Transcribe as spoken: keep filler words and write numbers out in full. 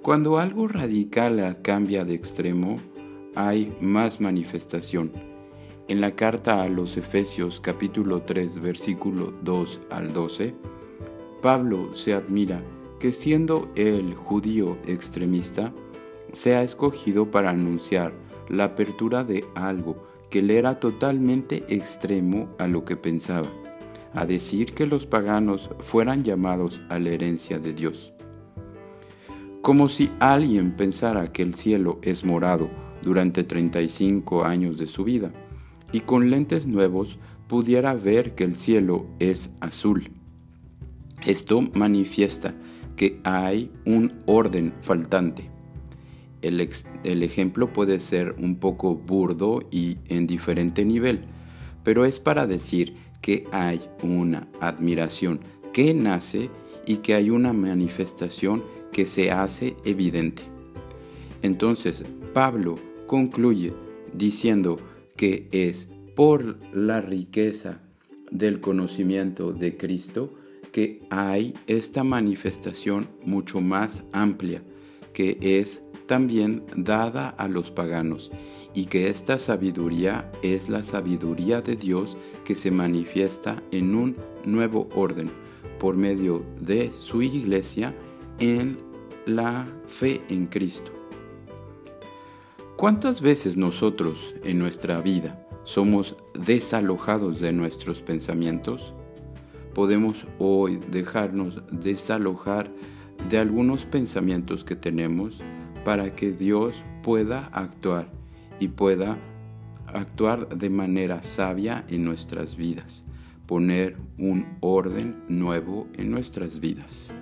Cuando algo radical cambia de extremo, hay más manifestación. En la carta a los Efesios capítulo tres versículo dos al doce, Pablo se admira que siendo él judío extremista, sea escogido para anunciar la apertura de algo que le era totalmente extremo a lo que pensaba, a decir que los paganos fueran llamados a la herencia de Dios. Como si alguien pensara que el cielo es morado durante treinta y cinco años de su vida y con lentes nuevos pudiera ver que el cielo es azul. Esto manifiesta que hay un orden faltante. El, ex, el ejemplo puede ser un poco burdo y en diferente nivel, pero es para decir que hay una admiración que nace y que hay una manifestación que se hace evidente. Entonces, Pablo concluye diciendo que es por la riqueza del conocimiento de Cristo que hay esta manifestación mucho más amplia, que es también dada a los paganos, y que esta sabiduría es la sabiduría de Dios que se manifiesta en un nuevo orden por medio de su iglesia en la fe en Cristo. ¿Cuántas veces nosotros en nuestra vida somos desalojados de nuestros pensamientos? Podemos hoy dejarnos desalojar de algunos pensamientos que tenemos para que Dios pueda actuar y pueda actuar de manera sabia en nuestras vidas, poner un orden nuevo en nuestras vidas.